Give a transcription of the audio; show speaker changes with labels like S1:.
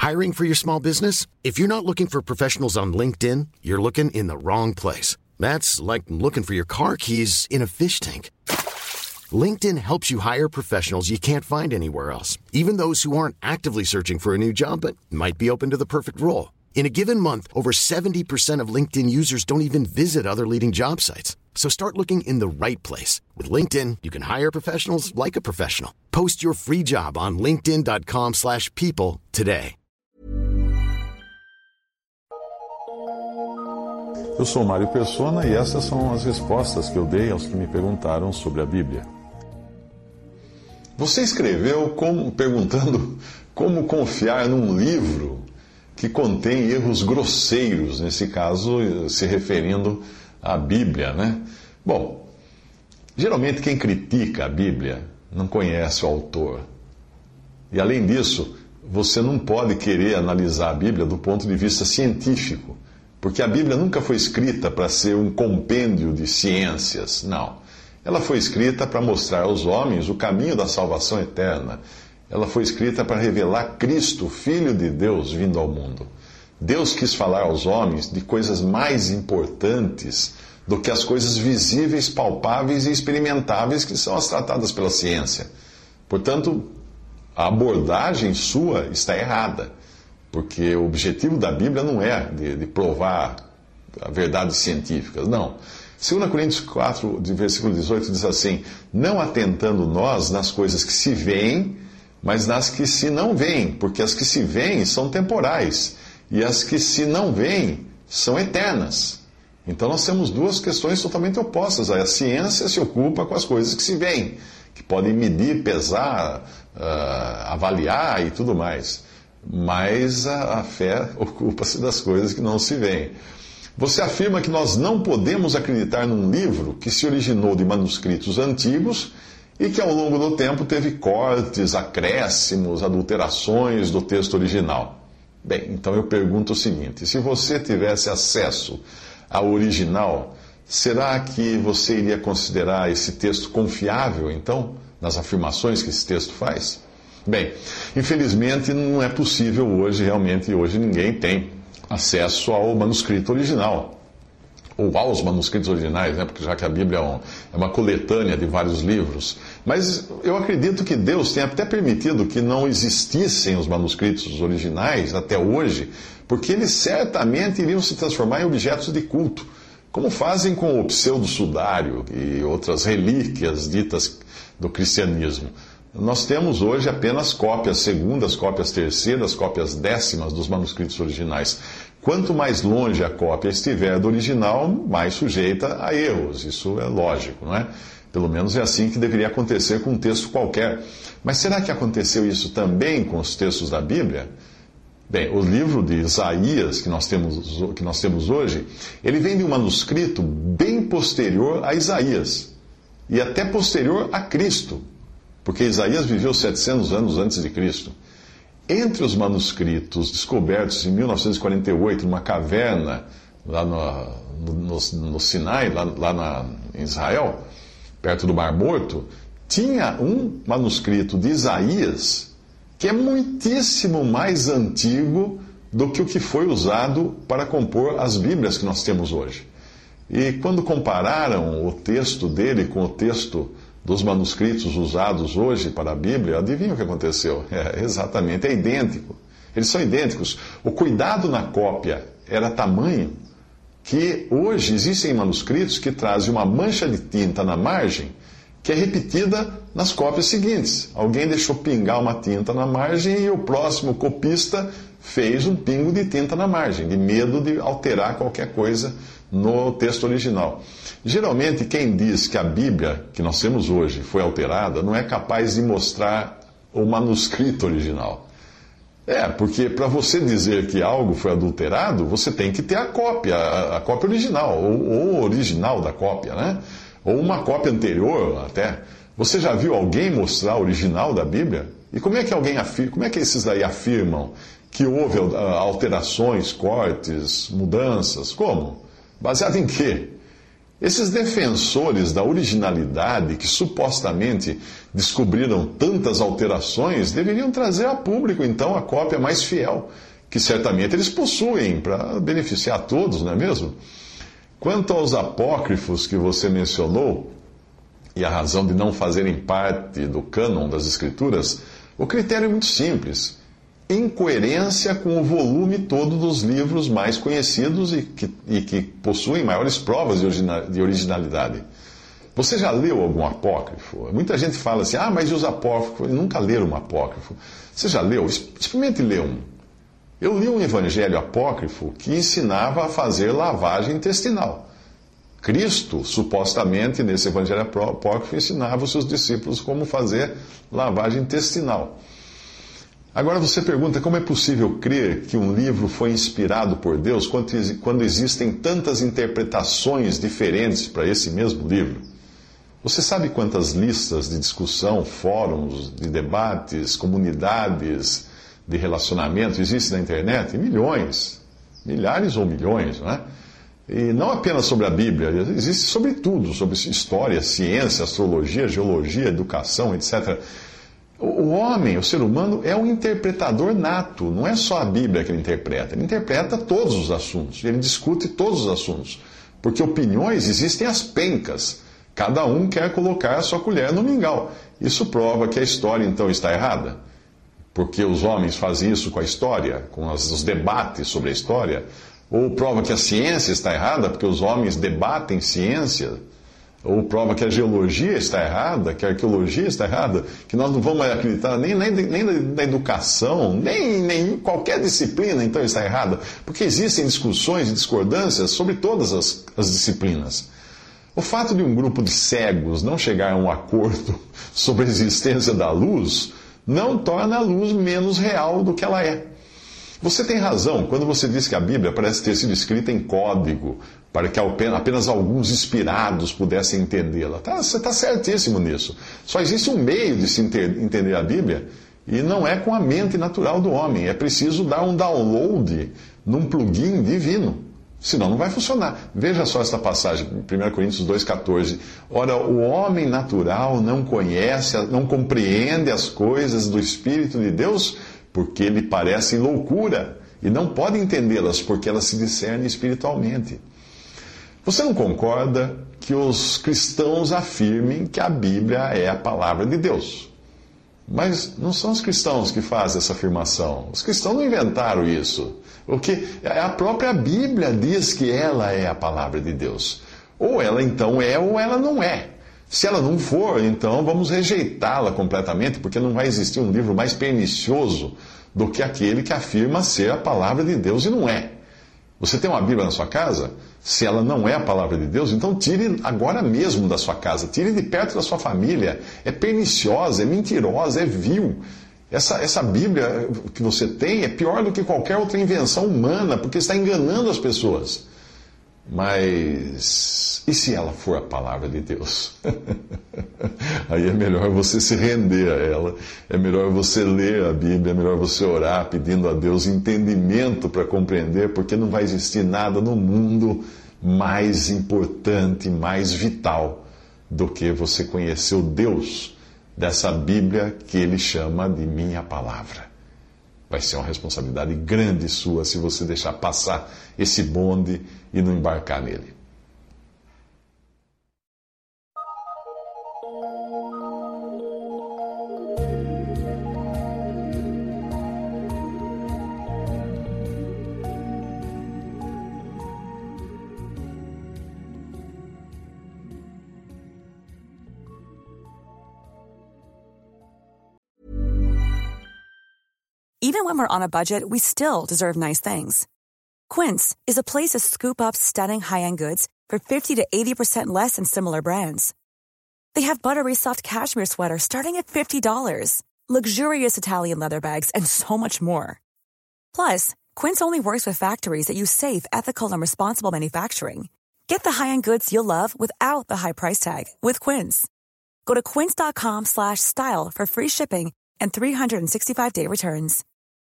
S1: Hiring for your small business? If you're not looking for professionals on LinkedIn, you're looking in the wrong place. That's like looking for your car keys in a fish tank. LinkedIn helps you hire professionals you can't find anywhere else, even those who aren't actively searching for a new job but might be open to the perfect role. In a given month, over 70% of LinkedIn users don't even visit other leading job sites. So start looking in the right place. With LinkedIn, you can hire professionals like a professional. Post your free job on linkedin.com/people today.
S2: Eu sou Mário Persona e essas são as respostas que eu dei aos que me perguntaram sobre a Bíblia. Você escreveu perguntando como confiar num livro que contém erros grosseiros, nesse caso se referindo à Bíblia, né? Bom, geralmente quem critica a Bíblia não conhece o autor. E além disso, você não pode querer analisar a Bíblia do ponto de vista científico, porque a Bíblia nunca foi escrita para ser um compêndio de ciências, não. Ela foi escrita para mostrar aos homens o caminho da salvação eterna. Ela foi escrita para revelar Cristo, Filho de Deus, vindo ao mundo. Deus quis falar aos homens de coisas mais importantes do que as coisas visíveis, palpáveis e experimentáveis que são as tratadas pela ciência. Portanto, a abordagem sua está errada, porque o objetivo da Bíblia não é de provar a verdade científica, não. 2 Coríntios 4, versículo 18, diz assim: não atentando nós nas coisas que se veem, mas nas que se não veem, porque as que se veem são temporais, e as que se não veem são eternas. Então nós temos duas questões totalmente opostas. A ciência se ocupa com as coisas que se veem, que podem medir, pesar, avaliar e tudo mais. Mas a fé ocupa-se das coisas que não se veem. Você afirma que nós não podemos acreditar num livro que se originou de manuscritos antigos e que ao longo do tempo teve cortes, acréscimos, adulterações do texto original. Bem, então eu pergunto o seguinte: se você tivesse acesso ao original, será que você iria considerar esse texto confiável, então, nas afirmações que esse texto faz? Bem, infelizmente não é possível hoje, realmente hoje ninguém tem acesso ao manuscrito original, ou aos manuscritos originais, né? Porque já que a Bíblia é uma coletânea de vários livros. Mas eu acredito que Deus tenha até permitido que não existissem os manuscritos originais até hoje, porque eles certamente iriam se transformar em objetos de culto, como fazem com o pseudo-sudário e outras relíquias ditas do cristianismo. Nós temos hoje apenas cópias segundas, cópias terceiras, cópias décimas dos manuscritos originais. Quanto mais longe a cópia estiver do original, mais sujeita a erros. Isso é lógico, não é? Pelo menos é assim que deveria acontecer com um texto qualquer. Mas será que aconteceu isso também com os textos da Bíblia? Bem, o livro de Isaías que nós temos hoje, ele vem de um manuscrito bem posterior a Isaías e até posterior a Cristo, porque Isaías viveu 700 anos antes de Cristo. Entre os manuscritos descobertos em 1948, numa caverna lá no Sinai, em Israel, perto do Mar Morto, tinha um manuscrito de Isaías que é muitíssimo mais antigo do que o que foi usado para compor as Bíblias que nós temos hoje. E quando compararam o texto dele com o texto dos manuscritos usados hoje para a Bíblia, adivinha o que aconteceu? Exatamente, é idêntico. Eles são idênticos. O cuidado na cópia era tamanho que hoje existem manuscritos que trazem uma mancha de tinta na margem que é repetida nas cópias seguintes. Alguém deixou pingar uma tinta na margem e o próximo copista fez um pingo de tinta na margem, de medo de alterar qualquer coisa no texto original. Geralmente, quem diz que a Bíblia que nós temos hoje foi alterada não é capaz de mostrar o manuscrito original. Porque para você dizer que algo foi adulterado, você tem que ter a cópia original, ou o original da cópia, né? Ou uma cópia anterior até. Você já viu alguém mostrar o original da Bíblia? E como é que alguém afirma, como é que esses daí afirmam que houve alterações, cortes, mudanças? Como? Baseado em quê? Esses defensores da originalidade, que supostamente descobriram tantas alterações, deveriam trazer a público, então, a cópia mais fiel, que certamente eles possuem, para beneficiar a todos, não é mesmo? Quanto aos apócrifos que você mencionou, e a razão de não fazerem parte do cânon das Escrituras, o critério é muito simples. Incoerência com o volume todo dos livros mais conhecidos e que possuem maiores provas de originalidade. Você já leu algum apócrifo? Muita gente fala assim, mas e os apócrifos? Nunca leram um apócrifo. Você já leu? Experimente ler um. Eu li um evangelho apócrifo que ensinava a fazer lavagem intestinal. Cristo, supostamente, nesse evangelho apócrifo, ensinava os seus discípulos como fazer lavagem intestinal. Agora você pergunta como é possível crer que um livro foi inspirado por Deus quando existem tantas interpretações diferentes para esse mesmo livro? Você sabe quantas listas de discussão, fóruns de debates, comunidades de relacionamento existem na internet? Milhões, milhares ou milhões, não é? E não apenas sobre a Bíblia, existe sobre tudo, sobre história, ciência, astrologia, geologia, educação, etc. O homem, o ser humano, é um interpretador nato. Não é só a Bíblia que ele interpreta todos os assuntos, ele discute todos os assuntos. Porque opiniões existem às pencas. Cada um quer colocar a sua colher no mingau. Isso prova que a história, então, está errada. Porque os homens fazem isso com a história, com os debates sobre a história. Ou prova que a ciência está errada, porque os homens debatem ciência. Ou prova que a geologia está errada, que a arqueologia está errada, que nós não vamos acreditar nem na educação, nem em qualquer disciplina, então está errada. Porque existem discussões e discordâncias sobre todas as disciplinas. O fato de um grupo de cegos não chegar a um acordo sobre a existência da luz não torna a luz menos real do que ela é. Você tem razão quando você diz que a Bíblia parece ter sido escrita em código, para que apenas alguns inspirados pudessem entendê-la. Você está certíssimo nisso. Só existe um meio de se entender a Bíblia, e não é com a mente natural do homem. É preciso dar um download num plugin divino. Senão não vai funcionar. Veja só esta passagem, 1 Coríntios 2,14. Ora, o homem natural não conhece, não compreende as coisas do Espírito de Deus, porque lhe parecem loucura, e não pode entendê-las, porque elas se discernem espiritualmente. Você não concorda que os cristãos afirmem que a Bíblia é a palavra de Deus? Mas não são os cristãos que fazem essa afirmação. Os cristãos não inventaram isso. Porque a própria Bíblia diz que ela é a palavra de Deus. Ou ela então é, ou ela não é. Se ela não for, então vamos rejeitá-la completamente, porque não vai existir um livro mais pernicioso do que aquele que afirma ser a palavra de Deus e não é. Você tem uma Bíblia na sua casa? Se ela não é a palavra de Deus, então tire agora mesmo da sua casa, tire de perto da sua família. É perniciosa, é mentirosa, é vil. Essa Bíblia que você tem é pior do que qualquer outra invenção humana, porque está enganando as pessoas. Mas e se ela for a palavra de Deus? Aí é melhor você se render a ela, é melhor você ler a Bíblia, é melhor você orar pedindo a Deus entendimento para compreender, porque não vai existir nada no mundo mais importante, mais vital do que você conhecer o Deus dessa Bíblia que ele chama de minha palavra. Vai ser uma responsabilidade grande sua se você deixar passar esse bonde e não embarcar nele.
S3: Even when we're on a budget, we still deserve nice things. Quince is a place to scoop up stunning high-end goods for 50 to 80% less than similar brands. They have buttery soft cashmere sweaters starting at $50, luxurious Italian leather bags, and so much more. Plus, Quince only works with factories that use safe, ethical, and responsible manufacturing. Get the high-end goods you'll love without the high price tag with Quince. Go to quince.com/style for free shipping and 365-day returns.